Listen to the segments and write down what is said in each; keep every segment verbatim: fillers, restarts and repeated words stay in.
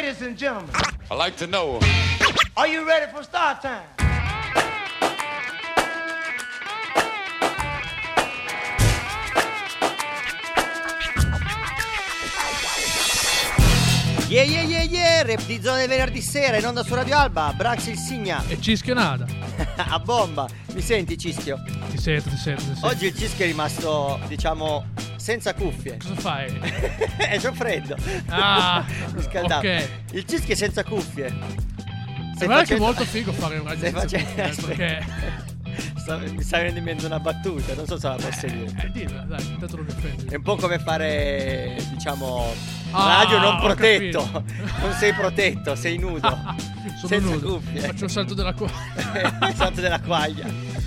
Ladies and gentlemen, I like to know. Are you ready for start time? Yeah yeah yeah yeah, Rap di Zona del venerdì sera in onda su Radio Alba, Brax il Signa e Cischio nada. A bomba, mi senti Cischio? Ti sento, ti sento, ti sento. Oggi il Cischio è rimasto, diciamo, senza cuffie. Cosa fai? È già freddo. Ah, riscaldato. ok. Il Cischio è senza cuffie. Stai guarda facendo... che è molto figo fare un radio senza facendo... cuffie, perché... Mi stai venendo in mente una battuta, non so se la posso eh, dire. Eh, dillo, dai, intanto non mi offendi. È un po' come fare, diciamo, ah, radio non protetto. Non sei protetto, sei nudo. Sono senza nudo. cuffie. Faccio il salto della quaglia. Il salto della quaglia.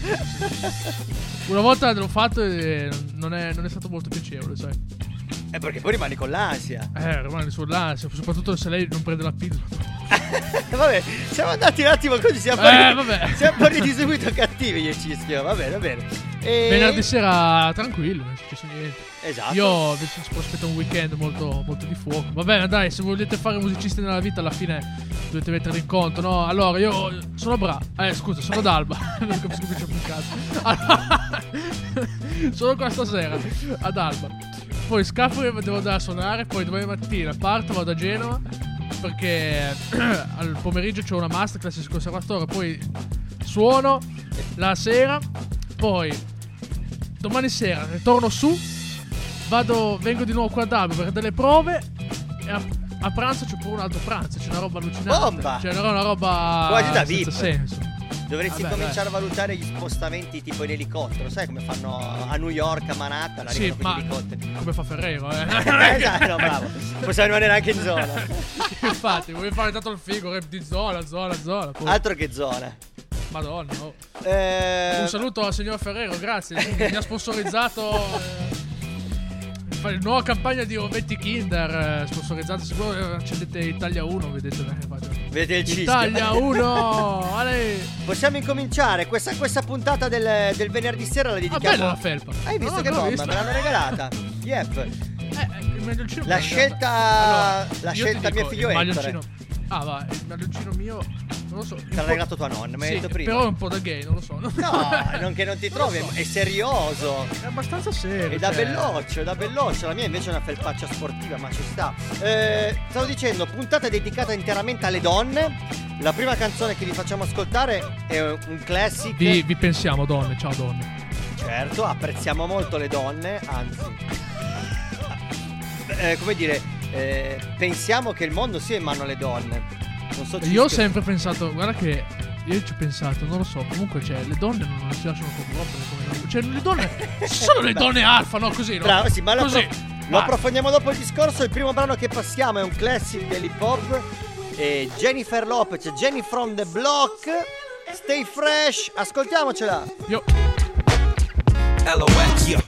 Una volta l'ho fatto e non è, non è stato molto piacevole, sai. È perché poi rimani con l'ansia. Eh, rimani sull'ansia, soprattutto se lei non prende la pillola. Vabbè, siamo andati un attimo così, siamo eh, vabbè. Siamo partiti subito cattivi io e Cischio, va bene, va bene. E... Venerdì sera tranquillo, non è successo niente. Esatto. Io mi aspetto un weekend molto, molto di fuoco. Va bene, dai, se volete fare musicisti nella vita alla fine dovete metterli in conto, no? Allora, io sono bravo. Eh, scusa, sono d'Alba. Non capisco più un cazzo. Allora, sono qua stasera ad Alba. Poi scappo e devo andare a suonare. Poi domani mattina parto, vado a Genova perché al pomeriggio c'ho una masterclass sul conservatorio. Poi suono la sera. Poi domani sera ritorno su. Vado, vengo di nuovo qua ad Alba per delle prove. E a, a pranzo c'è pure un altro pranzo. C'è una roba allucinante. Bomba! C'è una, una roba quasi da V I P. senza senso. Dovresti Vabbè, cominciare dai. a valutare gli spostamenti tipo in elicottero. Sai come fanno a New York, a Manhattan? Sì, ma elicotteri. Come fa Ferrero, eh? Esatto, no, bravo. Possiamo rimanere anche in zona. Infatti, vuoi fare tanto il figo, rap di zona, zona, zona. Poi. Altro che zona. Madonna, oh. eh... Un saluto al signor Ferrero, grazie. Mi ha sponsorizzato eh, la nuova campagna di Ovetti Kinder, eh, sponsorizzata. Sicuro eh, accendete Italia uno, vedete. Vedete il Cischio. Italia uno. Ale. Possiamo incominciare. Questa, questa puntata del, del venerdì sera la dedichiamo. Ah, bella la felpa. Hai visto no, che no, bomba? visto. Me l'hanno regalata. Yep. Eh, eh, la scelta allora, La scelta dico, mio figlio Ettore. Ah va, il maglioncino mio non lo so. Te l'ha regalato tua nonna, mi hai sì, detto prima. Però è un po' da gay, non lo so. No, non che non ti trovi, so. È serioso. È abbastanza serio. È da cioè. belloccio, è da belloccio. La mia invece è una felpaccia sportiva, ma ci sta. Eh, stavo dicendo, puntata dedicata interamente alle donne. La prima canzone che vi facciamo ascoltare è un classic. Vi, vi pensiamo donne, ciao donne. Certo, apprezziamo molto le donne, anzi eh, come dire, eh, pensiamo che il mondo sia in mano alle donne. Non so, io ho sempre pensato, guarda che io ci ho pensato, non lo so, comunque cioè le donne non, non si lasciano corrompere come noi. Cioè le donne sono le donne alfa, no? Così, no? Bravo, sì, ma lo, così. Pro- lo approfondiamo dopo il discorso. Il primo brano che passiamo è un classic dell'hip hop. E Jennifer Lopez, Jenny from the Block, Stay Fresh, ascoltiamocela. Yo. L O X, yeah.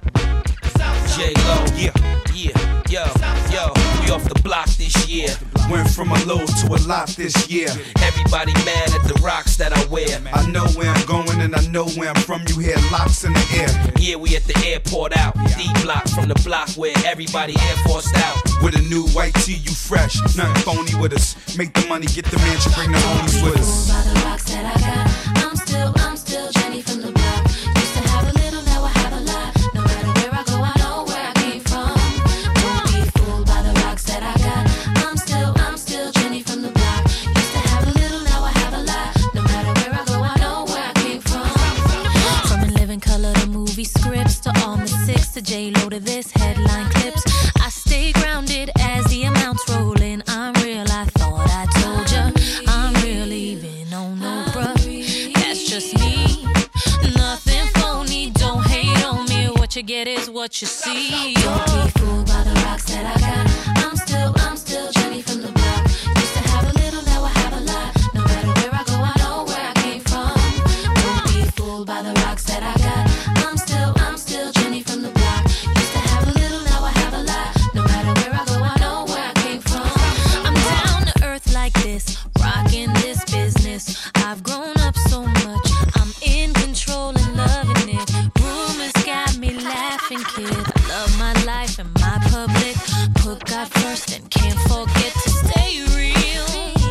J-Lo, yeah, yeah, yo, yo. We off the block this year. Went from a low to a lot this year. Everybody mad at the rocks that I wear. I know where I'm going and I know where I'm from. You hear locks in the air. Yeah, we at the airport out. D-block from the block where everybody Air Forced out. With a new white tee, you fresh. Nothing phony with us. Make the money, get the mansion, bring the homies with us. By the rocks that I got, I'm still, I'm still Jenny from the block. Used to have a little, now I have a lot. No matter where I go, I know where I came from. Don't be fooled by the rocks that I got. I'm still, I'm still Jenny from the block. Used to have a little, now I have a lot. No matter where I go, I know where I came from. From In Living Color to movie scripts to all the six to J-Lo to this headline clips. I stay grounded as the amounts roll in. I'm real, I thought I told ya. I'm real, even on no bruh. That's just me. Nothing phony, don't hate on me. What you get is what you see. Don't be fooled by the rocks that I got. I'm still, I'm still Jenny from the block. Used to have a little, now I have a lot. No matter where I go, I know where I came from. Don't be fooled by the rocks that I got. I'm still, I'm still Jenny from the block. Used to have a little, now I have a lot. No matter where I go, I know where I came from. I'm down to earth like this, rocking this business. I've grown up so much, I'm in control and loving it. Rumors got me laughing, kid. Love my life and my public. Put God first and can't forget to stay real.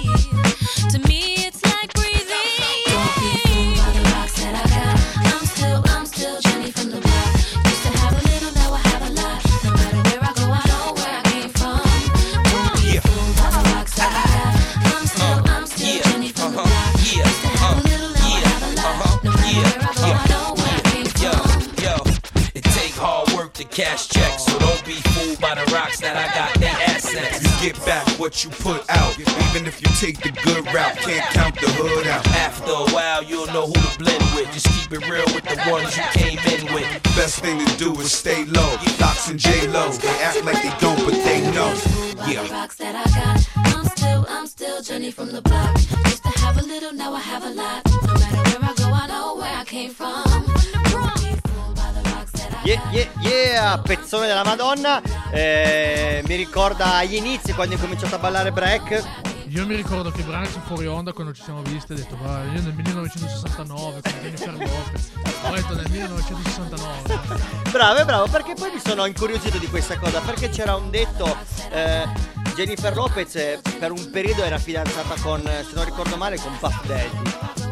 To me it's like breathing. Don't be fooled by the rocks that I got. I'm still, I'm still Jenny from the block. Used to have a little, now I have a lot. No matter where I go, I know where I came from. Don't be fooled by the rocks that I got. I'm still, I'm still Jenny from the block. Used to have a little, now I have a lot. No matter where I go, I know where I came Yo, from. yo, it take hard work to cash checks, so don't be fooled by the rocks that I got in assets. You get back what you put out, even if you take the good route. Can't count the hood out. After a while, you'll know who to blend with. Just keep it real with the ones you came in with. Best thing to do is stay low. Locks and J-Lo, they act like they don't, but they know. Yeah. Rocks that I got. I'm still, I'm still Jenny from the block. Used to have a little, now I have a lot. No matter where I go, I know where I came from. Don't be fooled by the rocks that I Yeah, got. yeah, yeah, pezzone della Madonna. Eh, mi ricorda agli inizi quando ho cominciato a ballare break. Io mi ricordo che Branch fuori onda quando ci siamo visti, ho detto va, io nel millenovecentosessantanove con Jennifer Lopez. Ho detto nel millenovecentosessantanove. Bravo, bravo, perché poi mi sono incuriosito di questa cosa, perché c'era un detto, eh, Jennifer Lopez eh, per un periodo era fidanzata con, eh, se non ricordo male, con Puff Daddy.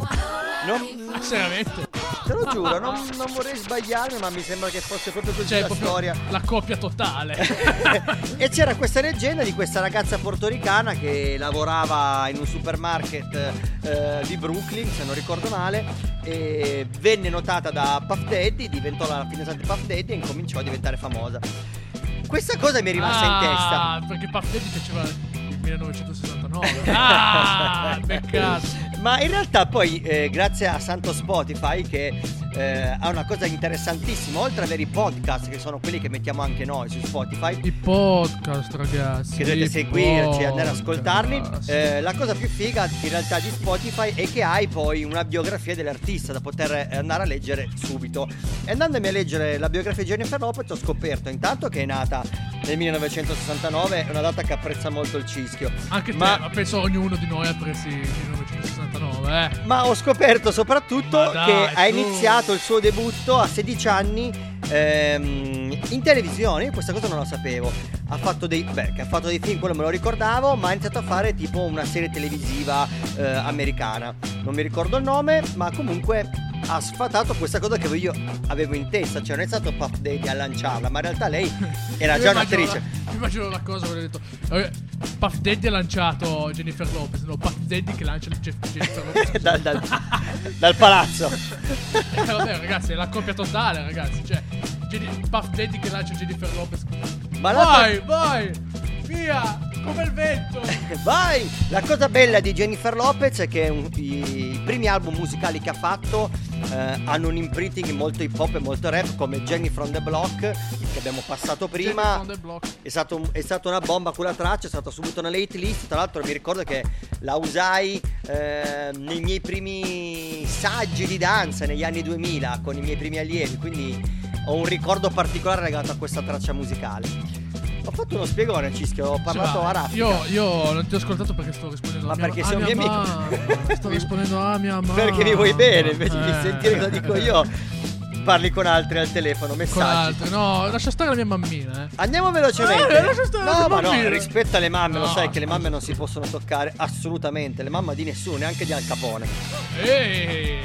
Non, Ah, seriamente? te lo giuro, non, non vorrei sbagliarmi, ma mi sembra che fosse proprio così Cioè, la proprio storia. la coppia totale. E c'era questa leggenda di questa ragazza portoricana che lavorava in un supermarket eh, di Brooklyn, se non ricordo male, e venne notata da Puff Daddy, diventò la fidanzata di Puff Daddy e incominciò a diventare famosa. Questa cosa mi è rimasta in testa. Ah, perché Puff Daddy faceva il millenovecentosessantanove. Ah, peccato. Ma in realtà poi eh, grazie a Santo Spotify che eh, ha una cosa interessantissima, oltre ad avere i podcast che sono quelli che mettiamo anche noi su Spotify, I podcast, ragazzi. che dovete i seguirci e andare ad podcast. ascoltarli, eh, la cosa più figa in realtà di Spotify è che hai poi una biografia dell'artista da poter andare a leggere subito. E andandomi a leggere la biografia di Jennifer Lopez ho scoperto intanto che è nata nel millenovecentosessantanove, è una data che apprezza molto il cischio. Anche te, Ma- ma penso ognuno di noi apprezzi il millenovecentosessantanove, eh. Ma ho scoperto soprattutto Ma dai, che ha su. iniziato il suo debutto a sedici anni ehm, in televisione. Io questa cosa non la sapevo. Ha fatto dei beh, che ha fatto dei film, quello me lo ricordavo, ma ha iniziato a fare tipo una serie televisiva eh, americana. Non mi ricordo il nome, ma comunque ha sfatato questa cosa che io avevo in testa, cioè non è stato Puff Daddy a lanciarla, ma in realtà lei era Io già immagino un'attrice. la- Io immagino una cosa, avrei detto eh, Puff Daddy ha lanciato Jennifer Lopez, no, Puff Daddy che lancia Jeff- Jennifer Lopez. dal, dal, dal palazzo. Eh, vabbè, ragazzi, è la coppia totale, ragazzi. Cioè, Jenny- Puff Daddy che lancia Jennifer Lopez. Ma la- vai, vai, via, come il vento. Vai! La cosa bella di Jennifer Lopez è che un- i, i primi album musicali che ha fatto eh, hanno un imprinting molto hip hop e molto rap, come Jenny from the Block che abbiamo passato prima. Jenny from the Block. È, stato, un- è stata una bomba quella traccia, è stata subito nelle hit list. Tra l'altro mi ricordo che la usai eh, nei miei primi saggi di danza negli anni duemila con i miei primi allievi, quindi ho un ricordo particolare legato a questa traccia musicale. Ho fatto uno spiegone, Cischio, ho parlato Cioè, a raffica. Io, io non ti ho ascoltato perché sto rispondendo Ma a mia, perché a sei un mia mio amico. mamma. Sto rispondendo a mia mamma. Perché mi vuoi bene, invece di Eh. sentire cosa dico io, parli con altri al telefono, Con messaggi. altri, no, lascia stare la mia mammina, eh. Andiamo velocemente. Eh, lascia stare no, le ma no, bambine. rispetto alle mamme, lo No. sai che le mamme non si possono toccare assolutamente. Le mamme di nessuno, neanche di Al Capone. Ehi,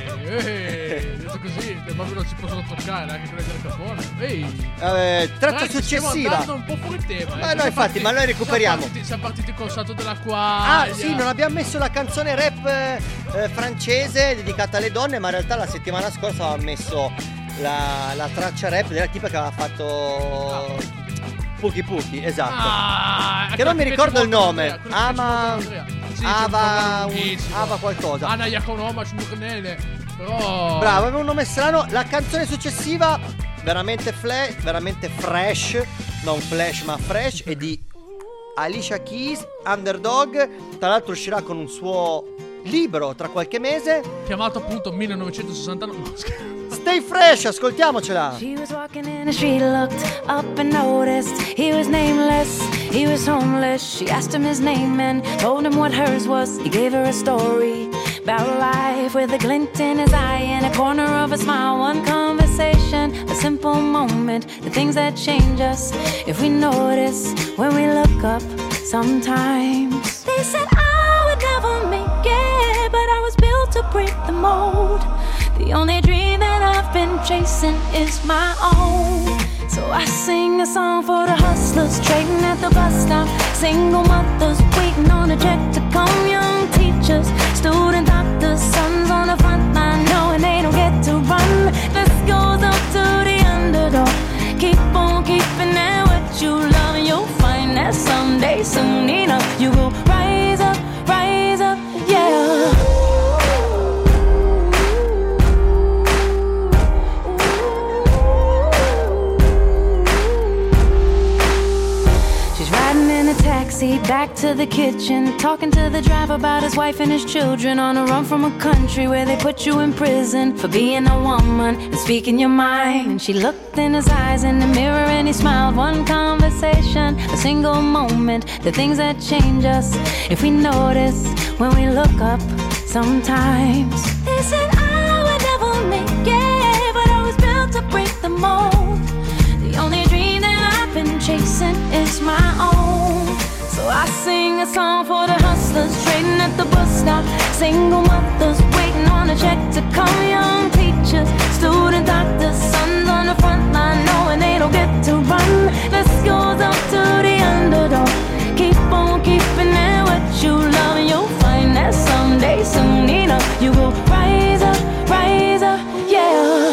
ehi, detto così, le mamme non si possono toccare, neanche quelle del Capone. Ehi. Eh, traccia Ragazzi, stiamo successiva. andando un po' fuori tema. Ma eh. no, Siamo infatti, ma noi recuperiamo. Siamo partiti, siamo partiti col salto della quaglia. Ah, sì, non abbiamo messo la canzone rap eh, francese dedicata alle donne, ma in realtà la settimana scorsa avevamo messo la, la traccia rap della tipa che aveva fatto Puki Puki, esatto. Ah, Che non mi quella ricordo il piace molto nome. a Andrea, quella che piace Ama- molto a Andrea. Sì, c'è un Ava, programma un- lunghissimo. Ava qualcosa. Anna Iaconoma Smurnele. Però Bravo, aveva un nome strano. La canzone successiva, veramente flash, veramente fresh, non flash ma fresh, è di Alicia Keys, Underdog. Tra l'altro uscirà con un suo libro tra qualche mese. chiamato appunto millenovecentosessantanove. Stay fresh, ascoltiamocela. She was walking in the street, looked up and noticed he was nameless, he was homeless. She asked him his name and told him what hers was. He gave her a story, about life with a glint in his eye and a corner of a smile. One conversation, a simple moment, the things that change us if we notice when we look up sometimes. They said I would never make it, but I was built to break the mold. The only dream that I've been chasing is my own. So I sing a song for the hustlers trading at the bus stop, single mothers waiting on a check to come, young teachers, student doctors, sons on the front line knowing they don't get to run. This goes up to the underdog. Keep on keeping at what you love, and you'll find that someday, soon enough, you will rise up, rise up, yeah. Taxi back to the kitchen, talking to the driver about his wife and his children, on a run from a country where they put you in prison for being a woman and speaking your mind. And she looked in his eyes in the mirror and he smiled. One conversation, a single moment, the things that change us if we notice when we look up sometimes. They said I would never make it, but I was built to break the mold. The only dream that I've been chasing is my own. So I sing a song for the hustlers trading at the bus stop, single mothers waiting on a check to come, young teachers, student doctors, sons on the front line knowing they don't get to run. This goes up to the underdog. Keep on keeping at what you love, and you'll find that someday, soon enough, you will rise up, rise up, yeah.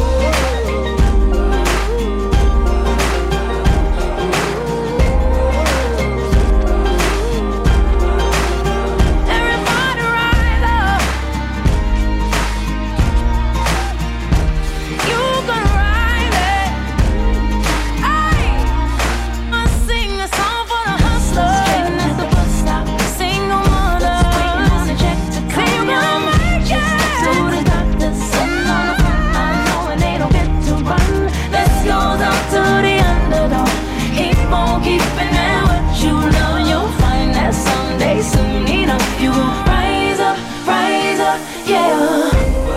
Soon enough, you will rise up, rise up, yeah.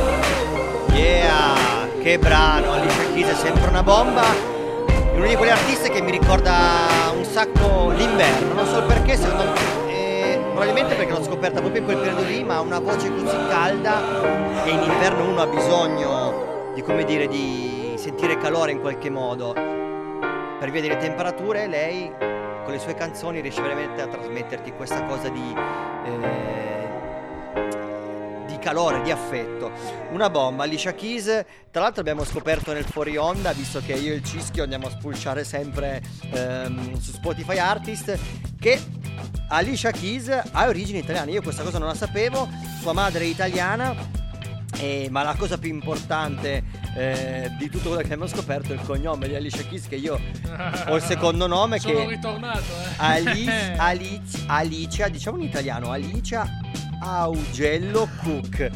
Yeah, che brano, Alicia Keys è sempre una bomba. È uno di quegli artisti che mi ricorda un sacco l'inverno, non so perché, secondo me, eh, probabilmente perché l'ho scoperta proprio in quel periodo lì, ma ha una voce così calda e in inverno uno ha bisogno di, come dire, di sentire calore in qualche modo. Per via delle temperature, lei con le sue canzoni riesce veramente a trasmetterti questa cosa di, eh, di calore, di affetto. Una bomba, Alicia Keys. Tra l'altro abbiamo scoperto nel fuori onda, visto che io e il Cischio andiamo a spulciare sempre ehm, su Spotify Artist, che Alicia Keys ha origini italiane. Io questa cosa non la sapevo, sua madre è italiana. Eh, ma la cosa più importante eh, di tutto quello che abbiamo scoperto è il cognome di Alicia Keys, che io ho il secondo nome. Sono che ritornato eh. Alice, Alice, Alicia, diciamo in italiano, Alicia Augello Cook.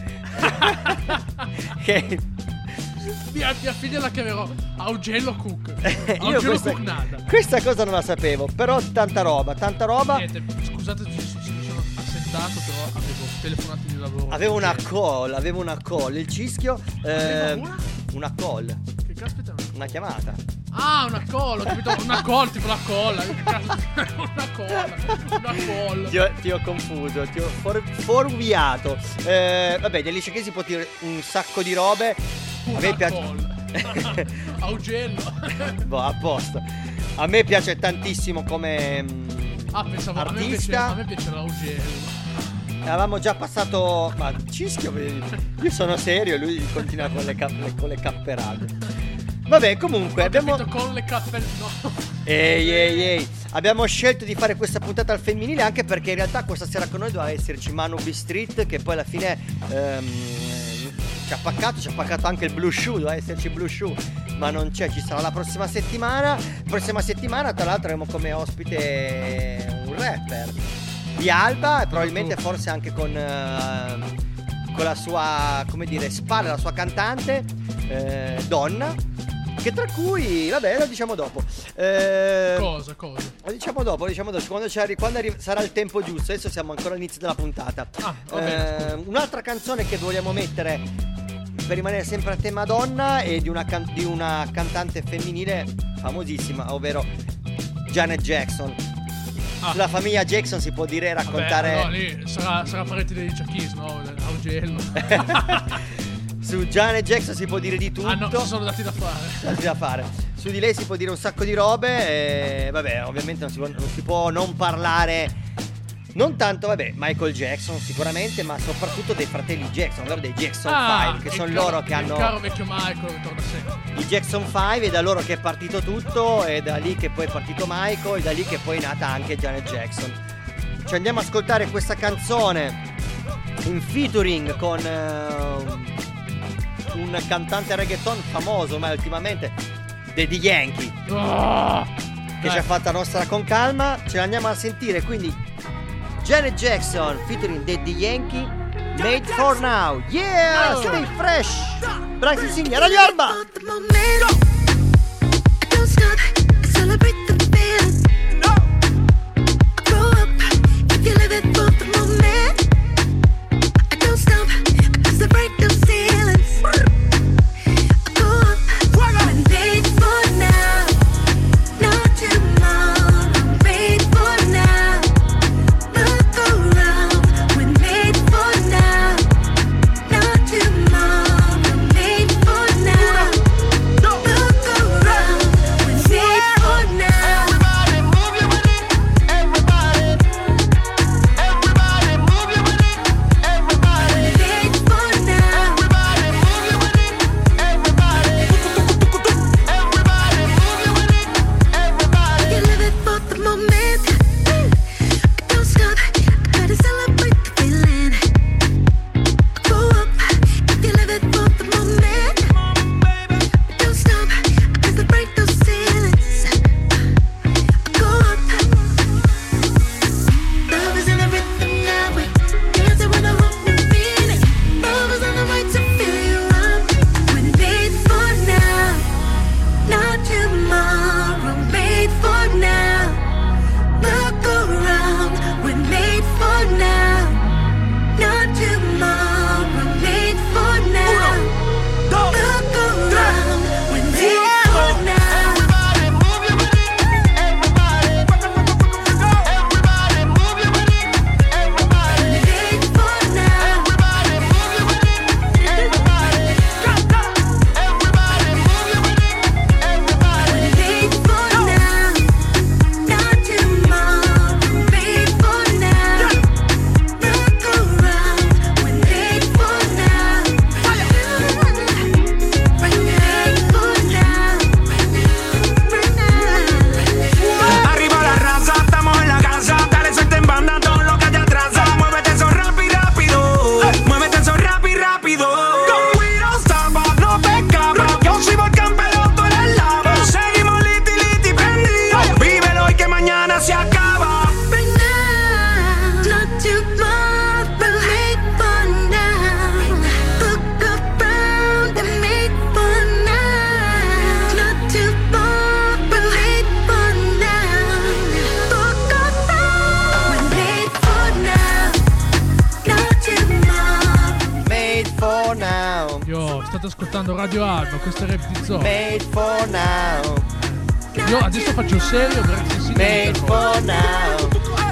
Che mia, mia figlia la chiamerò Augello Cook. Augello io questa, Cook nada. Questa cosa non la sapevo, però tanta roba, tanta roba. Niente, scusate se mi sono assentato, però avevo telefonato di lavoro. Avevo una call, avevo una call, il Cischio eh, una? una call, Che caspita? una chiamata. Ah, una colla, ho capito, una colla, tipo la colla. Una colla, una colla. Ti ho, ti ho confuso, ti ho for, fuorviato. Eh, vabbè, di Alicia Keys si può dire un sacco di robe. A me piace. Augello. Boh, a posto. A me piace tantissimo come mh, ah, pensavo, artista. A me piace, a me piace l'Augello. Avevamo già passato. Ma Cischio, io sono serio, lui continua con le, cap- con le capperate. Vabbè, comunque ho abbiamo con le cappelle. No. Ehi ehi ehi Abbiamo scelto di fare questa puntata al femminile anche perché in realtà questa sera con noi doveva esserci Manu B Street, che poi alla fine ehm, ci ha paccato, ci ha paccato anche il Blue Shoe, doveva esserci il Blue Shoe, ma non c'è, ci sarà la prossima settimana. Prossima settimana tra l'altro avremo come ospite un rapper di Alba e probabilmente forse anche con, eh, con la sua, come dire, spalla, la sua cantante eh, donna. Che tra cui, vabbè, lo diciamo dopo. Eh, Cosa, cosa? Lo diciamo dopo, lo diciamo dopo. Quando, c'è, quando arri- sarà il tempo giusto. Adesso siamo ancora all'inizio della puntata. Ah, va bene, Eh, un'altra canzone che vogliamo mettere per rimanere sempre a tema donna è di una, can- di una cantante femminile famosissima, ovvero Janet Jackson. Ah. Sulla famiglia Jackson si può dire raccontare. Vabbè, no, lì sarà, sarà parente dei Chakis, no? Augello. Su Janet Jackson si può dire di tutto. Ah no, ci sono dati da fare. Dati da fare. Su di lei si può dire un sacco di robe. E vabbè, ovviamente non si può non, si può non parlare. Non tanto, vabbè, Michael Jackson sicuramente, ma soprattutto dei fratelli Jackson, ovvero dei Jackson Ah, cinque, che il sono caro- loro che il hanno caro vecchio Michael ritorna sempre. i Jackson cinque, è da loro che è partito tutto, è da lì che poi è partito Michael, e da lì che poi è nata anche Janet Jackson. Ci andiamo a ascoltare questa canzone in featuring con eh, un cantante reggaeton famoso ormai ultimamente, Daddy Yankee, Oh, che ci ha fatta nostra con calma. Ce l'andiamo a sentire, quindi Janet Jackson featuring Daddy Yankee, Made for Now. Yeah, Oh. stay fresh. Braxi Insignia, Radio Alba. State ascoltando Radio Alba, questo è Rap di Zoo. Made for now. Io adesso faccio il serio, grazie sì. Made for now.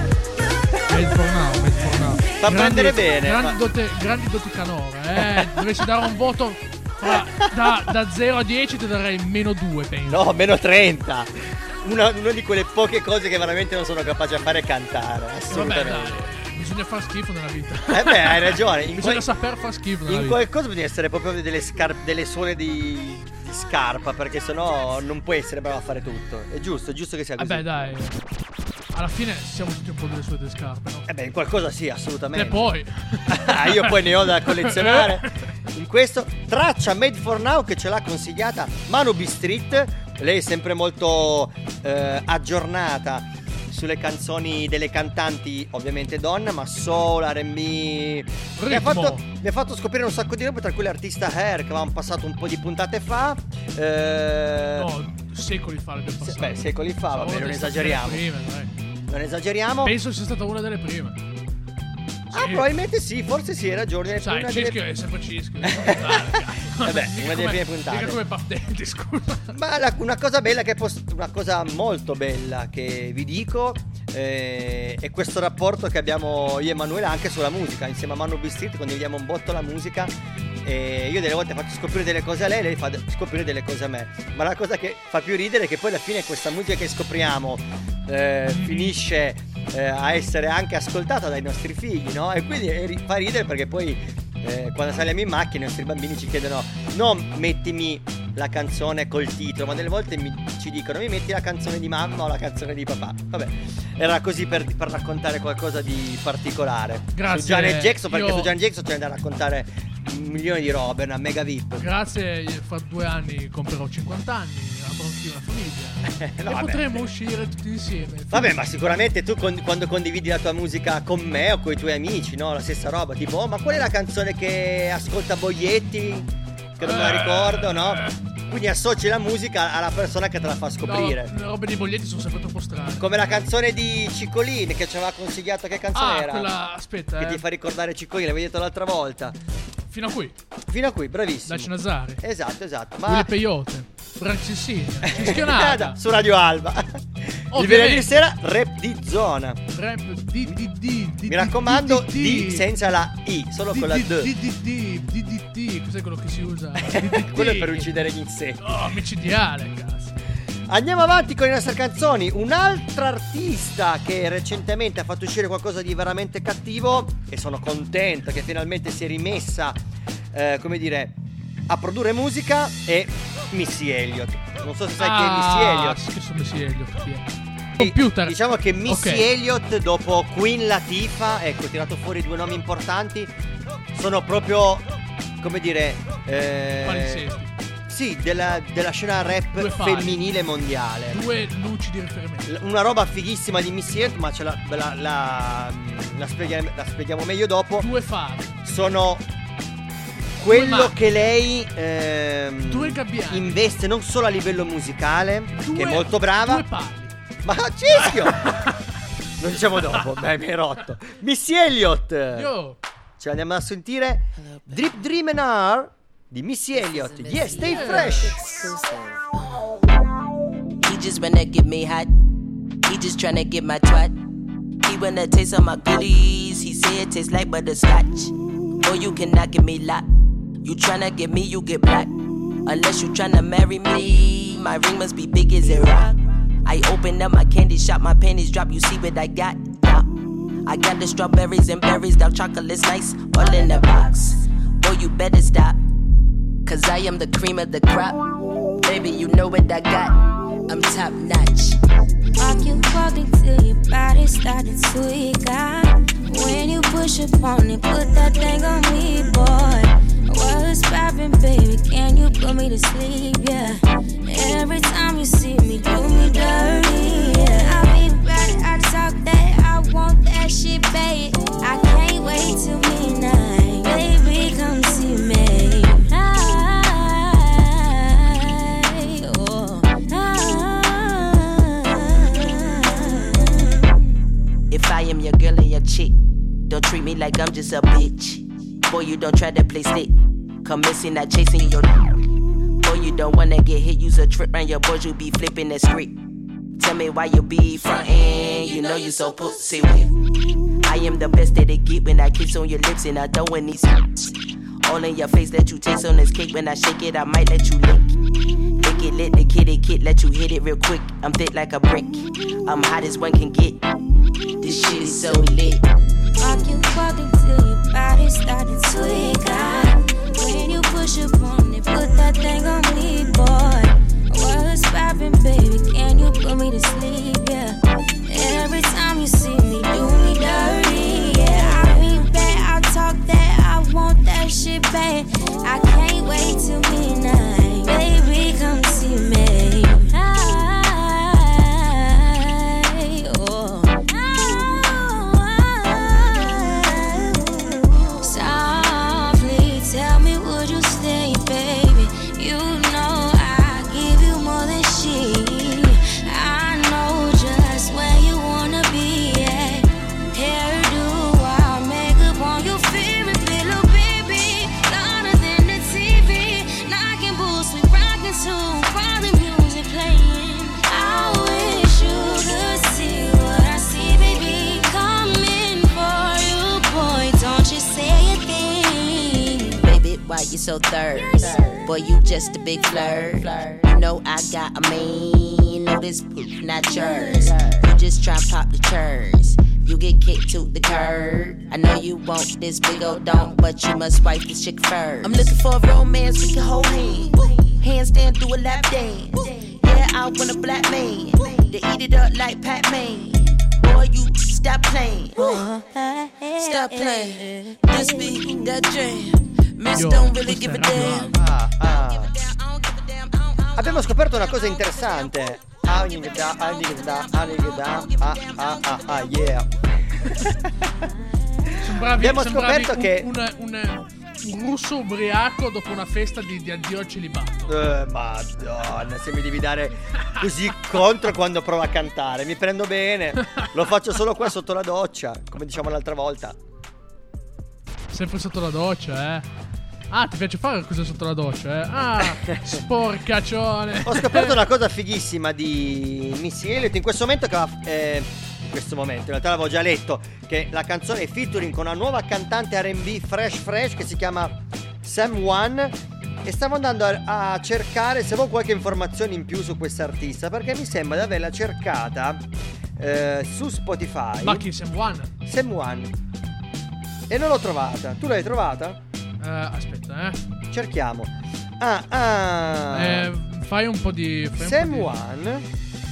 Made for now, made for now. Fa prendere bene, Grandi, fa- dote, grandi doti canore, eh. Dovessi dare un voto fra- da, da zero a dieci ti darei meno due, penso. No, meno trenta. Una, una di quelle poche cose che veramente non sono capace a fare è cantare. Vabbè, Assolutamente. dai, bisogna far schifo nella vita. Eh beh, hai ragione. In, Bisogna quel- saper far schifo nella in vita. qualcosa bisogna essere proprio delle, scar- delle suole di, di scarpa, perché sennò non puoi essere bravo a fare tutto. È giusto, è giusto che sia così. Vabbè, dai. Alla fine siamo tutti un po' delle sue due scarpe, no? Eh beh, in qualcosa sì, assolutamente. E poi Ah, io poi ne ho da collezionare. In questo traccia Made for Now che ce l'ha consigliata Manu B Street. Lei è sempre molto eh, aggiornata sulle canzoni delle cantanti, ovviamente donna, ma soul, R and B. Mi ha, fatto, mi ha fatto scoprire un sacco di robe, tra cui l'artista Hair, che avevamo passato un po' di puntate fa. Eh, No, secoli fa l'abbiamo se- passato. beh, secoli fa, Sono vabbè, una non delle esageriamo. prime, dai. Non esageriamo. Penso sia stata una delle prime. Ah, Sì. probabilmente sì, forse sì, hai ragione. Sai, Una Cischio delle- è sempre Cischio. Vabbè, Mica una delle come- prime puntate. mica come Battenti, scusa. Ma la- una cosa bella che pos- una cosa molto bella che vi dico eh, è questo rapporto che abbiamo io e Emanuela anche sulla musica. Insieme a Manu B Street condividiamo un botto la musica e io delle volte faccio scoprire delle cose a lei, lei fa de- scoprire delle cose a me. Ma la cosa che fa più ridere è che poi alla fine questa musica che scopriamo eh, finisce eh, a essere anche ascoltata dai nostri figli, no? E quindi eh, ri- fa ridere perché poi eh, quando saliamo in macchina i nostri bambini ci chiedono non mettimi la canzone col titolo, ma delle volte mi- ci dicono mi metti la canzone di mamma o la canzone di papà. Vabbè, era così per, per raccontare qualcosa di particolare. Grazie, Su Janet Jackson, perché io- su Janet Jackson c'è da raccontare un milione di robe, una mega V I P. Grazie, io fra due anni compierò cinquanta anni, avrò anch'io una famiglia. No, e vabbè. potremo uscire tutti insieme. Vabbè, ma sicuramente tu con- quando condividi la tua musica con me o con i tuoi amici, no? La stessa roba, tipo, oh, ma qual è la canzone che ascolta Boglietti? Che non me la Eh. ricordo, no? Quindi associ la musica alla persona che te la fa scoprire. No, le robe dei Boglietti sono sempre troppo strane. Come la canzone di Ciccolini che ci aveva consigliato, che canzone Ah, era? quella, aspetta, Che eh. ti fa ricordare Ciccolini, l'avevi detto l'altra volta. Fino a qui, Fino a qui, bravissimo. Daci Nazare, Esatto, esatto. Willy Ma Peyote, Brancisini, Cischionata, su Radio Alba. Il Ovviamente. venerdì sera rap di zona. Rap D D D. Mi raccomando, D senza la I, solo con la D. D D D, D D D, cos'è quello che si usa? D D D. Quello è per uccidere gli insetti. Oh, micidiale, cazzo. Andiamo avanti con le nostre canzoni. Un'altra artista che recentemente ha fatto uscire qualcosa di veramente cattivo, e sono contento che finalmente si è rimessa, eh, come dire, a produrre musica, è Missy Elliott. Non so se sai chi è Missy Elliott. Ah, che sono Missy Elliott, chi è? E Computer. Diciamo che Missy Ok. Elliott, dopo Queen Latifah, ecco, ho tirato fuori due nomi importanti, sono proprio, come dire, eh, Palinsesti. sì, della, della scena Due rap fari. femminile mondiale. Due luci di riferimento. L- Una roba fighissima di Missy Elliott, ma ce la, la, la, la, spieghiamo, la spieghiamo meglio dopo. Due fari. Sono quello Due che lei ehm, Due gabbiani. investe non solo a livello musicale, Due, che è molto brava. Due pali. Ma Cischio! Lo diciamo dopo, dai, mi hai rotto. Missy Elliott! Yo. Ce l'andiamo a sentire. Drip Dream and R di Missy Elliott. Yes, stay Yeah. fresh. He just wanna get me hot. He just tryna get my twat. He wanna taste all my goodies. He say it tastes like butterscotch. Oh, you cannot get me locked. You tryna get me, you get black. Unless you tryna marry me, my ring must be big as a rock. I open up my candy shop, my panties drop. You see what I got? Yeah. I got the strawberries and berries, dark chocolate's nice, all in the box. Boy, you better stop. Cause I am the cream of the crop. Baby, you know what I got. I'm top notch. Walk you walk until your body started to got. When you push up on it, put that thing on me, boy. What's poppin', baby? Can you put me to sleep? Yeah. Every time you see me, do me dirty. Yeah. I be right, I talk that, I want that shit, babe. I can't wait till midnight, baby, come see me. I, oh, I, If I am your girl and your chick, don't treat me like I'm just a bitch. Boy, you don't try to play stick. Come missing, not chasing your. Boy, you don't wanna get hit. Use a trip round your boys, you be flipping the script. Tell me why you be frontin'. You know you so pussy with. I am the best that it get when I kiss on your lips and I throw in these. All in your face, let you taste on this cake. When I shake it, I might let you lick. Lick it, let the kitty kid, let you hit it real quick. I'm thick like a brick. I'm hot as one can get. This shit is so lit. walk you walk until your body started to got. When you push up on it, put that thing on me, boy. What's poppin', baby? Can you put me to sleep? Yeah. Every time you see me, do me dirty. Yeah, I be bad, I talk that, I want that shit, babe. I can't wait till midnight, baby, come see me. I, oh. so thirst. Boy, you just a big flirt. You know I got a man. You know this poop not yours. You just try and pop the church. You get kicked to the curb. I know you want this big old dog, but you must wipe this chick first. I'm looking for a romance we can hold hands. Handstand through a lap dance. Yeah, I want a black man to eat it up like Pac-Man. Boy, you stop playing. Stop playing. This be that jam. Miss don't really give a damn. Ah, ah. Abbiamo scoperto una cosa interessante. Ah, ah, ah, ah, ah, yeah. Sembravi, Abbiamo sembravi scoperto un, che un, un, un russo ubriaco dopo una festa di, di addio al celibato. Eh, madonna, se mi devi dare così contro quando provo a cantare, mi prendo bene. Lo faccio solo qua sotto la doccia, come diciamo l'altra volta. Sempre sotto la doccia, eh. Ah, ti piace fare così sotto la doccia, eh? Ah, sporcaccione. Ho scoperto una cosa fighissima di Missy Elliott in questo momento che va, eh, in questo momento, in realtà l'avevo già letto, che la canzone è featuring con una nuova cantante R and B fresh fresh che si chiama Sam One. E stavo andando a, a cercare se avevo qualche informazione in più su questa artista, perché mi sembra di averla cercata eh, su Spotify. Ma chi, Sam One? Sam One. E non l'ho trovata. Tu l'hai trovata? Eh, aspetta, eh. Cerchiamo. Ah, ah. Eh, fai un po' di... Fai Sam un po' One.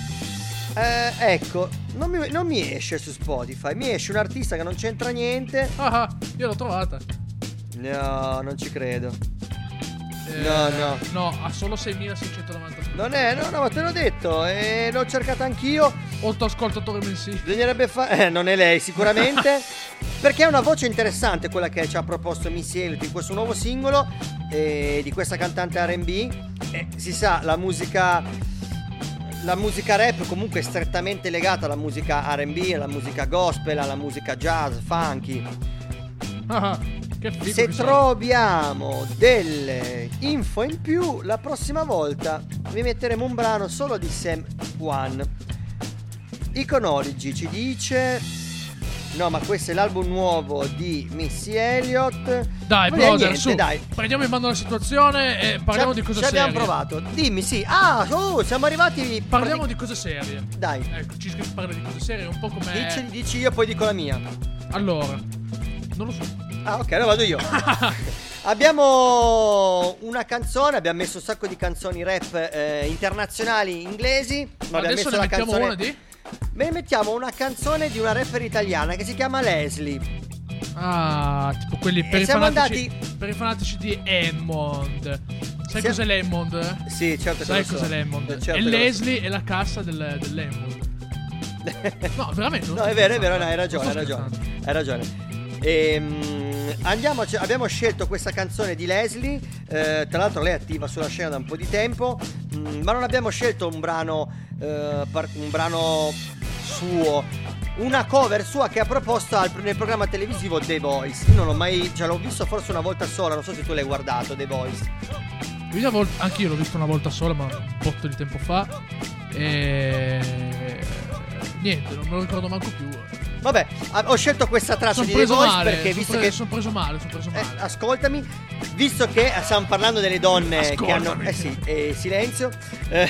Eh, ecco, non mi, non mi esce su Spotify. Mi esce un artista che non c'entra niente. Ah, ah, io l'ho trovata. No, non ci credo. Eh, No, no. No, ha solo seimilaseicentonovanta. Non è, no, no, ma te l'ho detto. E l'ho cercata anch'io. Otto ascoltatori mensili. Bisognerebbe fare. Eh, non è lei sicuramente. Perché è una voce interessante quella che ci ha proposto Missy Elliott in questo nuovo singolo eh, di questa cantante R and B. Eh, si sa, la musica La musica rap comunque è strettamente legata alla musica R and B, alla musica gospel, alla musica jazz, funky. Ah, che figo. Se che sei. troviamo delle info in più, la prossima volta vi metteremo un brano solo di Sam One. Iconology ci dice: no, ma questo è l'album nuovo di Missy Elliott. Dai, Non è brother, niente, su. dai. Prendiamo in mano la situazione e parliamo Ci- di cose ci serie. abbiamo provato. Dimmi, sì. Ah, oh, siamo arrivati. Parliamo di cose serie. Dai, Ecco, ci si parla di cose serie, un po' come... dici, dici io, poi dico la mia. Allora, non lo so. Ah, ok, allora vado io. Abbiamo una canzone, abbiamo messo un sacco di canzoni rap eh, internazionali inglesi. Ma abbiamo Adesso messo ne la mettiamo canzone. una di... Ne mettiamo una canzone di una rapper italiana che si chiama Leslie. Ah, tipo quelli per E i siamo fanatici per i fanatici di Hammond. Sai Siamo- cos'è l'Hammond? Sì, certo che Sai lo so. cos'è l'Hammond? Eh, certo e che lo so. Leslie è la cassa del, dell'Hammond. No, veramente. non No, sto è vero, è vero, scherzando. no, hai ragione, Non hai sto ragione. scherzando. Hai ragione. Ehm, andiamo, cioè, abbiamo scelto questa canzone di Leslie. eh, tra l'altro lei è attiva sulla scena da un po' di tempo. mm, ma non abbiamo scelto un brano, eh, par- un brano suo. Una cover sua che ha proposto al- nel programma televisivo The Voice. Io non l'ho mai, già l'ho visto forse una volta sola. Non so se tu l'hai guardato The Voice. Io una volta- anch'io l'ho visto una volta sola, ma un botto di tempo fa. E niente, non me lo ricordo manco più. Vabbè, ah, ho scelto questa traccia Sono di The preso Voice male. perché Sono visto pre- che sono preso male. Sono preso Eh, male. ascoltami, visto che stiamo parlando delle donne che hanno. Ascoltami. Eh sì, eh, silenzio. Eh,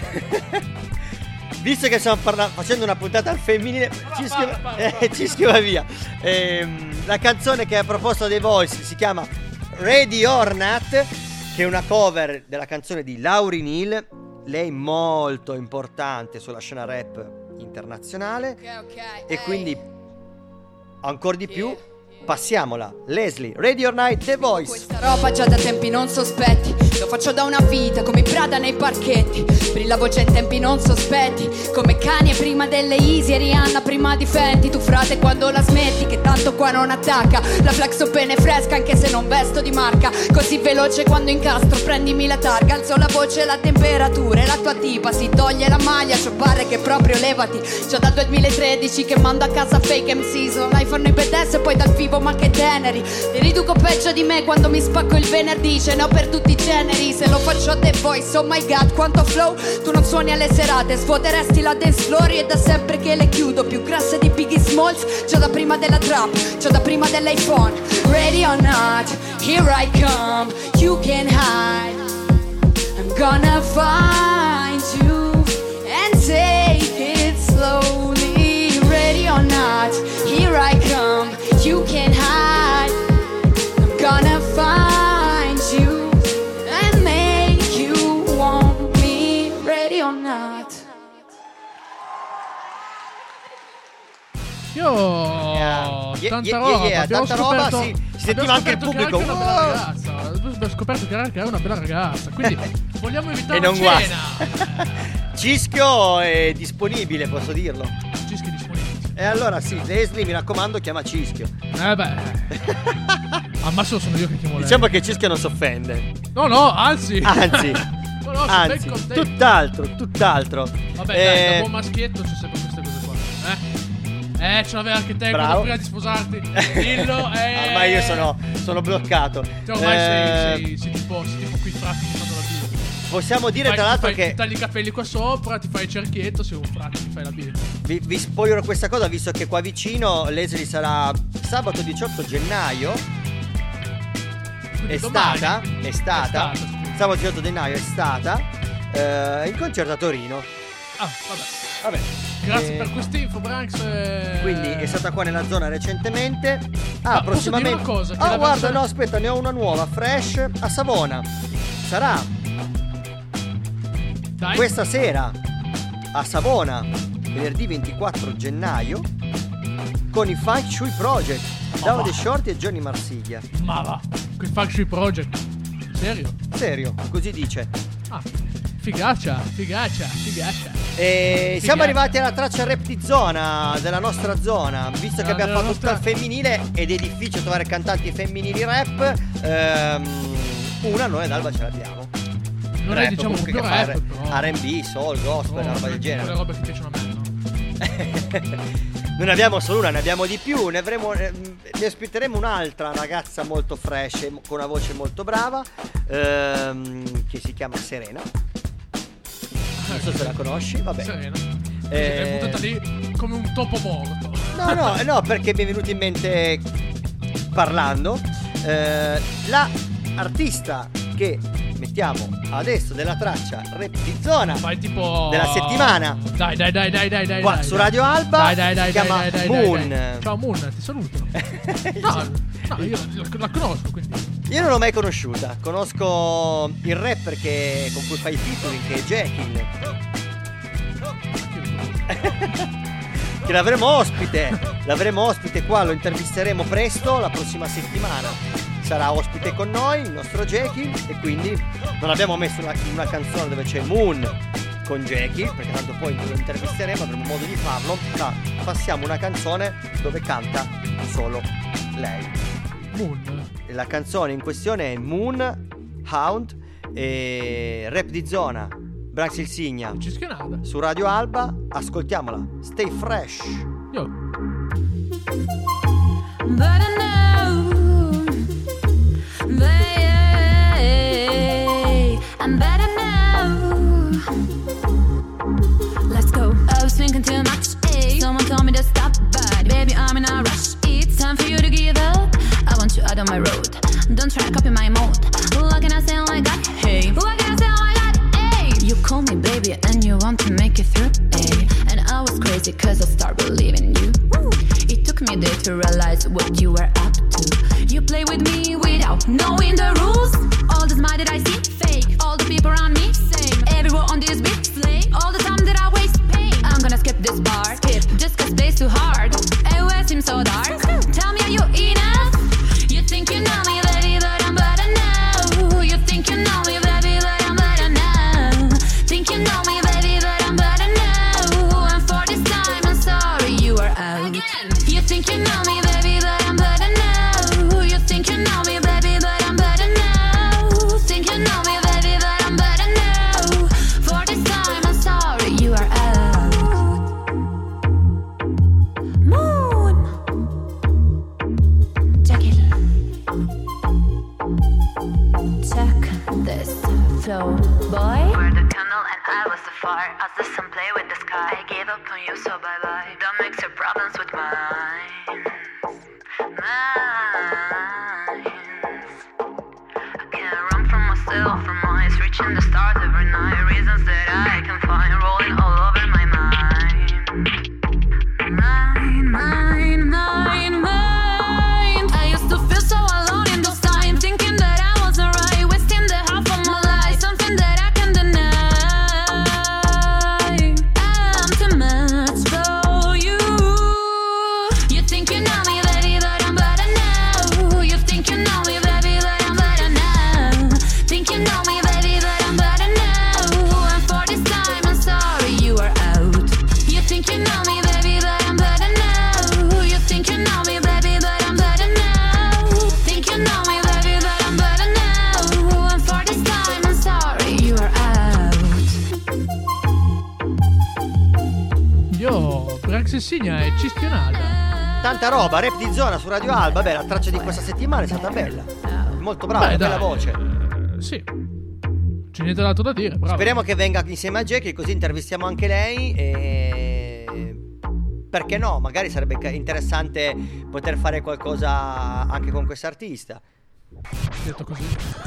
visto che stiamo parlando, facendo una puntata al femminile, ci schiva, eh, ci schiva via. Ehm, la canzone che ha proposto The Voice si chiama Ready or Not, che è una cover della canzone di Lauryn Hill. Lei molto importante sulla scena rap internazionale. E quindi ancora di più passiamola. Leslie, Ready or Not, The Voice. Questa roba già da tempi non sospetti. Lo faccio da una vita come i Prada nei parchetti. Brilla voce in tempi non sospetti. Come Kanye prima delle Easy e Rihanna prima di Fenty. Tu frate quando la smetti che tanto qua non attacca. La flex open è fresca anche se non vesto di marca. Così veloce quando incastro prendimi la targa. Alzo la voce e la temperatura e la tua tipa si toglie la maglia. C'ho pare che proprio levati. Già dal duemilatredici che mando a casa fake M Cs. Online fanno i badass e poi dal vivo ma che teneri. Li riduco peggio di me quando mi spacco il venerdì. Ce ne ho per tutti i generi. Se lo faccio a The Voice, oh my god quanto flow. Tu non suoni alle serate, svuoteresti la dance floor. E da sempre che le chiudo, più grasse di Biggie Smalls. Già da prima della trap, già da prima dell'iPhone. Ready or not, here I come. You can hide. I'm gonna find you and take it slowly. Ready or not, here I come. You can hide. I'm gonna find you and make you want me. Ready or not. Io Yeah, tanta yeah, roba, yeah, abbiamo tanta roba, scoperto, sì. Si abbiamo sentiva anche il scoperto che pubblico. era una bella "Wow!" ragazza. Abbiamo scoperto che era, che era una bella ragazza. Quindi vogliamo invitare E non a guasta. cena. Cischio è disponibile, posso dirlo. Cischi disponibili. E allora sì, Leslie, mi raccomando, chiama Cischio. Eh beh. Al massimo sono io che chiamo lei. Diciamo che Cischio non si offende. No, no, anzi. Anzi, No, no, sono anzi, ben contento. tutt'altro, tutt'altro. Vabbè, dai, Eh, da buon maschietto c'è sempre queste cose qua. Eh? Eh, ce l'avevi anche te Bravo. quando prima di sposarti. Dillo, eh. Ormai io sono, sono bloccato. Cioè, ormai Eh, sei, sei, sei tipo, sei tipo quei frati che fanno la birra. Possiamo dire Fai- tra ti l'altro fai- che Ti tagli i capelli qua sopra, ti fai il cerchietto, sei un frate, ti fai la birra. vi, vi spoilerò questa cosa, visto che qua vicino Leslie sarà sabato diciotto gennaio. Quindi È domani. stata, è stata, È stata, scusa. sabato diciotto gennaio è stata eh, in concerto a Torino. Ah, vabbè. Vabbè. Grazie Eh, per quest'info, Branks. eh. Quindi è stata qua nella zona recentemente. Ma Ah, posso prossimamente. dire una cosa? Che Ah, la guarda, versione- no, aspetta, ne ho una nuova, fresh a Savona. Sarà Dai. questa sera a Savona, venerdì ventiquattro gennaio, con i Funk Shui Project, Davide Shorty e Johnny Marsiglia. Ma va. Quel Funk Shui Project. Serio? Serio, così dice. Ah, figaccia, figaccia, figaccia. E siamo Figata. arrivati alla traccia rap di zona, della nostra zona. Visto che Ah, abbiamo della fatto tutto al nostra- femminile ed è difficile trovare cantanti femminili rap, ehm, una noi ad Alba ce l'abbiamo. Non Rap, è diciamo comunque proprio che fa rap, però. R and B, soul, gospel, No, una roba del quelle genere. robe che piacciono a me, no? Non ne abbiamo solo una, ne abbiamo di più. Ne avremo, eh, ne ospiteremo un'altra ragazza molto fresh e mo- con una voce molto brava, ehm, che si chiama Serena. Non so se la conosci, vabbè. Serena. Eh, È buttata lì come un topo morto. No, no, no, perché mi è venuto in mente parlando eh, la artista che mettiamo adesso della traccia rap di zona Fai tipo della settimana Dai, dai, dai, dai, dai, dai. qua dai, su dai. Radio Alba. Dai, dai, dai, si chiama dai, dai, dai, Moon. dai. Ciao Moon, ti saluto. No, no, io la, la conosco, quindi. Io non l'ho mai conosciuta, conosco il rapper che, con cui fa i featuring, che è Jekyll, che l'avremo ospite, l'avremo ospite qua, lo intervisteremo presto, la prossima settimana sarà ospite con noi, il nostro Jekyll, e quindi non abbiamo messo una, una canzone dove c'è Moon con Jekyll, perché tanto poi lo intervisteremo, avremo modo di farlo, ma passiamo una canzone dove canta solo lei. Moon. La canzone in questione è Moon, Hound e rap di zona, Branks il Signa, Ci schianata. su Radio Alba, ascoltiamola, stay fresh. Io. But I know, babe, I'm better now. Let's go. I was thinking too much. Ayy. Someone told me to stop, but baby, I'm in a rush. It's time for you to give up. I want you out on my road. Don't try to copy my mode. What can I say like that? Hey, what can I say like that? Hey, you call me baby and you want to make it through. Hey, and I was crazy 'cause I start believing you. Woo. It took me a day to realize what you were up to. You play with me without knowing the rules. All the smile that I see, fake. All the people around me, same. Everywhere on this beat, slay. All the time that I waste, pain. I'm gonna skip this bar, skip. Just 'cause play's too hard. Everywhere seems so dark. Tell me, are you enough? You think you know me, baby, but I'm better now. You think you know me, baby, but I'm better now. Think you know me, baby, but I'm better now. And for this time, I'm sorry you are out. You think you know me, baby, but I'm better now. You think you know me, baby, but I'm better now. Think you know me, baby, but I'm better now. For this time, I'm sorry you are out. Moon. Check it. Check this flow, boy. We're the candle and I was the fire. As the sun play with the sky, I gave up on you, so bye bye. Don't mix your problems with mine. Mine. watching the stars every night. Reasons that I can find rolling all over my mind. Mine, mine, mine, mine. I used to feel so alone in those times, thinking that I wasn't right, wasting the half of my life, something that I can deny. I'm too much for you. You think you know me, baby, but I'm better now. You think you know me, baby, but I'm better now. Think you know me, baby, but I'm better now. And for this time, I'm sorry you are out. You think you know me, baby, but I'm better now. You think you know me, baby, but I'm better now. Think you know me, baby, but I'm better now. And for this time, I'm sorry you are out. Io, Brax Insignia e Cischionada. Tanta roba, rap di zona su Radio Alba. Beh, la traccia di questa settimana è stata bella. Molto brava, Beh, bella dai, voce. eh, Sì. C'è niente d'altro da dire, bravo. Speriamo che venga insieme a Jackie, così intervistiamo anche lei. E perché no? Magari sarebbe ca- interessante poter fare qualcosa anche con quest'artista. Detto così.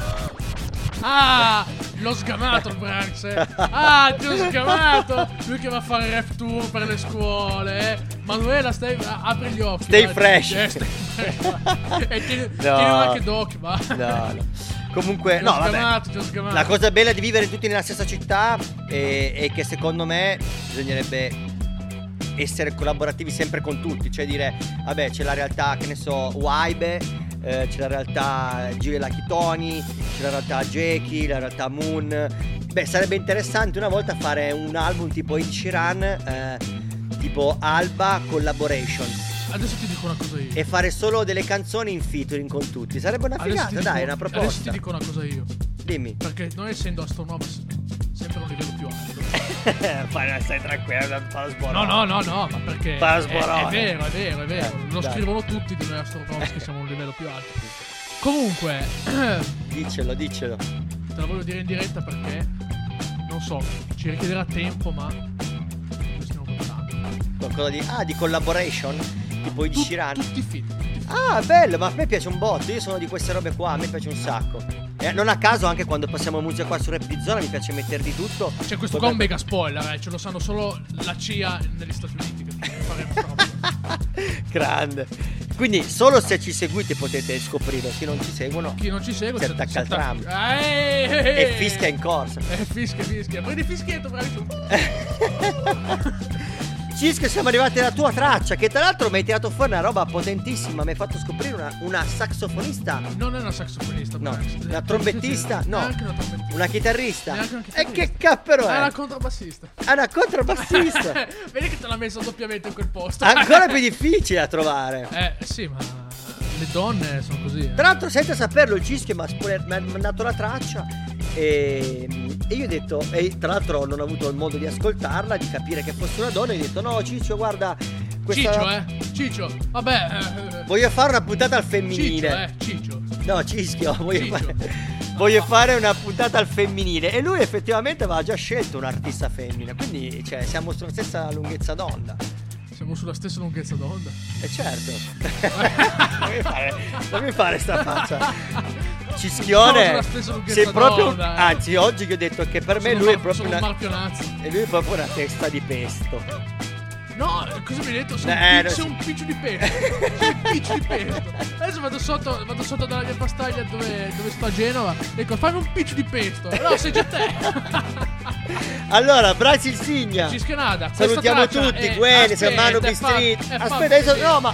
Ah, l'ho sgamato il Brax, eh. Ah, ti ho sgamato. Lui che va a fare rap tour per le scuole, eh. Manuela, stai, a- apri gli occhi. Stay vai. fresh. Eh, stai fresh. E tieni, No. tieni anche d'occhio, va. No, no. Comunque, Ti ho no, vabbè. sgamato, ti ho sgamato. La cosa bella di vivere tutti nella stessa città è, è che secondo me bisognerebbe essere collaborativi sempre con tutti. Cioè dire, vabbè, c'è la realtà, che ne so, Waibe, eh, c'è la realtà Gile Lachitoni, c'è la realtà Jackie, la realtà Moon. Beh, sarebbe interessante una volta fare un album tipo Ed Sheeran, eh, tipo Alba Collaboration, Adesso ti dico una cosa io. e fare solo delle canzoni in featuring con tutti. Sarebbe una Adesso figata, ti dico- dai, una Adesso ti proposta. dico una cosa io. Dimmi. Perché noi essendo astronome s- sempre a un livello più alto. Fai, stai tranquillo, non fa lo No, sborone. no, no, no, ma perché Fa è, sborone. è vero, è vero, è vero. Eh, Lo dai. scrivono tutti di noi astronomi che siamo a un livello più alto. Comunque, te Dicelo, dicelo. la voglio dire in diretta perché non so, ci richiederà tempo, ma noi stiamo parlando. Qualcosa di. Ah, di collaboration? Tipo Ed Tu- Sheeran. Tutti i film. tutti i film. Ah, bello, ma a me piace un botto. Io sono di queste robe qua, a me piace un sacco. E non a caso, anche quando passiamo musica qua su Rap di Zona, mi piace mettere di tutto. C'è questo qua è un mega spoiler, eh, ce lo sanno solo la C I A negli Stati Uniti che faremo sta roba. Grande. Quindi solo se ci seguite potete scoprirlo. Chi non ci seguono Chi non ci segue si si attacca al attacca- tram. Eh, eh, E eh. fischia in corsa. Eh, fischia, fischia. Prendi il fischietto, bravissimo. Cisco, siamo arrivati alla tua traccia, che tra l'altro mi hai tirato fuori una roba potentissima. Mi hai fatto scoprire una, una saxofonista. Non è una saxofonista, No, Brax. una trombettista? No. Neanche una trombettista. Una chitarrista. Neanche una E chitarrista. che cappero È è? una contrabbassista. È una contrabbassista. Vedi che te l'ha messo doppiamente in quel posto. Ancora più difficile da trovare. Eh, sì, ma le donne sono così. Eh. Tra l'altro, senza saperlo, il Cischio mi ha spoiler- mi ha mandato la traccia. E, e io ho detto, e tra l'altro non ho avuto il modo di ascoltarla, di capire che fosse una donna. E ho detto, no, Ciccio, guarda, questa... Ciccio, eh. Ciccio. Vabbè. eh, Voglio fare una puntata al Ciccio, femminile. eh. Ciccio. No, Cischio, voglio, Ciccio. fare... voglio fare una puntata al femminile. E lui effettivamente aveva già scelto un artista femmina. Quindi, cioè, siamo sulla stessa lunghezza d'onda. Siamo sulla stessa lunghezza d'onda. E certo. Fammi fare, fammi fare sta faccia. Siamo Cischione, sulla stessa lunghezza sei proprio. d'onda, eh. Anzi, oggi che ho detto che per me Sono lui è mar- proprio sono un una. marpionazzo. E lui è proprio una testa di pesto. No, cosa mi hai detto? Sei, Eh, un, non pi- sei si- un piccio di pesto. Sei un piccio di pesto. Adesso vado sotto, vado sotto dalla mia pastaglia dove, dove sto a Genova. Ecco, fammi un piccio di pesto. No, sei già te. Allora, Brasil Signa. Cischionada. questa Salutiamo traccia tutti, è- Gwen, aspetta, Manu è B fa- Street. è fa- Aspetta, adesso no, ma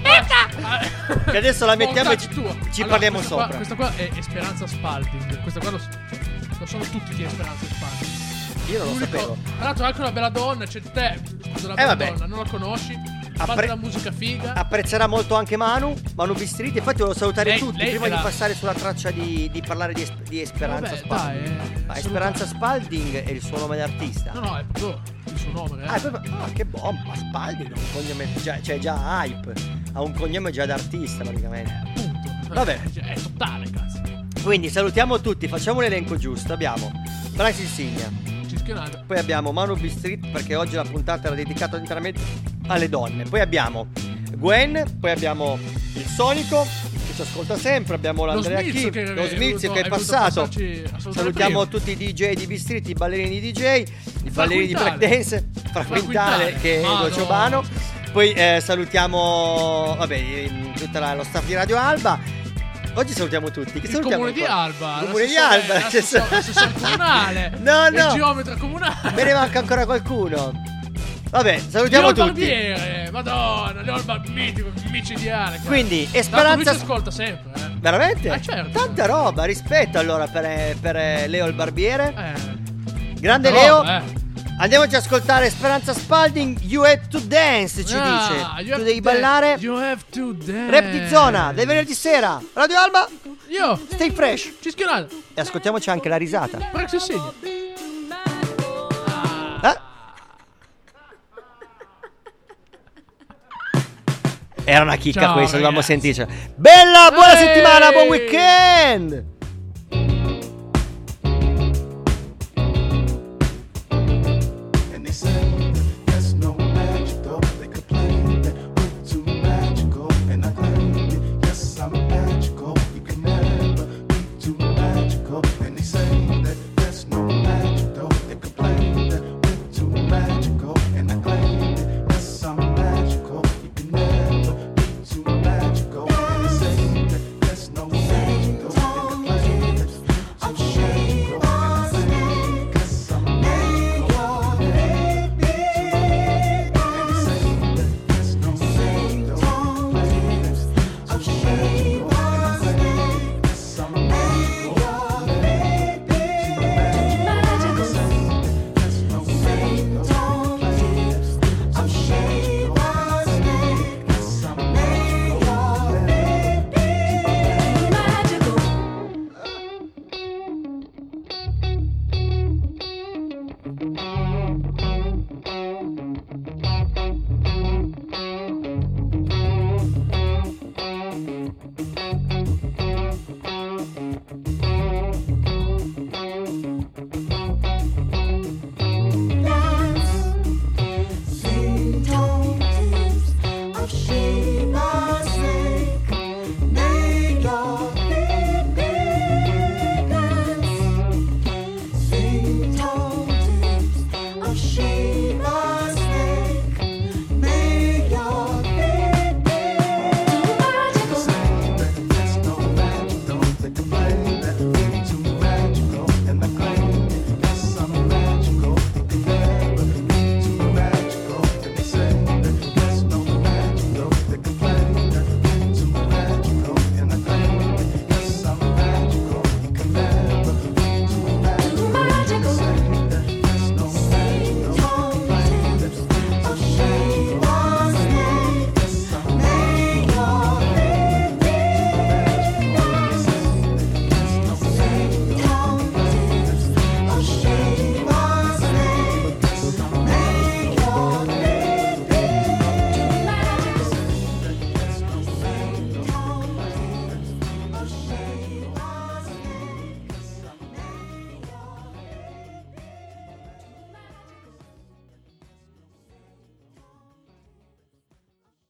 Aspetta! che adesso la mettiamo e ci, Montaggio tuo. ci Allora, parliamo questa sopra. Qua, questa qua è Esperanza Spalding. Questa qua lo, cioè, lo sono tutti di Esperanza Spalding. Io non lo L'unico- sapevo. Tra l'altro, anche una bella donna. C'è te. Scusa, una Eh, bella vabbè. donna. Non la conosci. Fa Appre- della musica figa. Apprezzerà molto anche Manu, Manu B Street. Infatti volevo salutare Lei- tutti lei prima è di la- passare sulla traccia di, di parlare di, Es- di Esperanza Vabbè, Spalding. dai, eh, Ma saluta- Esperanza Spalding è il suo nome d'artista. No, no, è proprio il suo nome. Eh. Ah, è proprio- ah, che bomba, Spalding ha un cognome già, cioè già hype, ha un cognome già d'artista praticamente. Appunto. Vabbè. Cioè, è totale, cazzo. Quindi salutiamo tutti, facciamo l'elenco giusto. Abbiamo Brasil Signa, Cischionada. poi abbiamo Manu B Street, perché oggi la puntata era dedicata interamente alle donne. Poi abbiamo Gwen, poi abbiamo il Sonico, che ci ascolta sempre, abbiamo Lo l'Andrea Smizio Chi, che lo è Smizio venuto- che è è venuto passato. a passarci a salutare Salutiamo prima. tutti i D J di B-Street, i ballerini di D J, i ballerini di Quintale. breakdance, Fra Quintale Quintale. che è Madonna. Dolce Urbano. Poi eh, salutiamo vabbè, eh, tutta la- lo staff di Radio Alba. Oggi salutiamo tutti. Chi Il salutiamo comune di ancora? Alba, Il comune di l'assessore- Alba, l'assessore- l'assessore comunale, No, il no. geometra comunale, Me ne manca ancora qualcuno. Vabbè, salutiamo Leo tutti. Barbiere, madonna, Leo il bar- mitico, micidiale. cara. Quindi, Tanto Esperanza- lui ci ascolta sempre, eh. Veramente? Eh, certo. Tanta roba, rispetto allora per, per Leo il barbiere. Eh. Grande Tanta Leo. roba, eh. Andiamoci ad ascoltare Speranza Spalding. You have to dance, ci Ah, dice. you Tu have devi to dance. ballare. You have to dance. Rap di zona, del venerdì sera. Radio Alba, Io, stay fresh. Cischionale, E ascoltiamoci anche la risata. Prex Insigne. Eh? Era una chicca Ciao, questa, dovevamo ragazzi. sentirci. Bella, buona Ehi! settimana, buon weekend.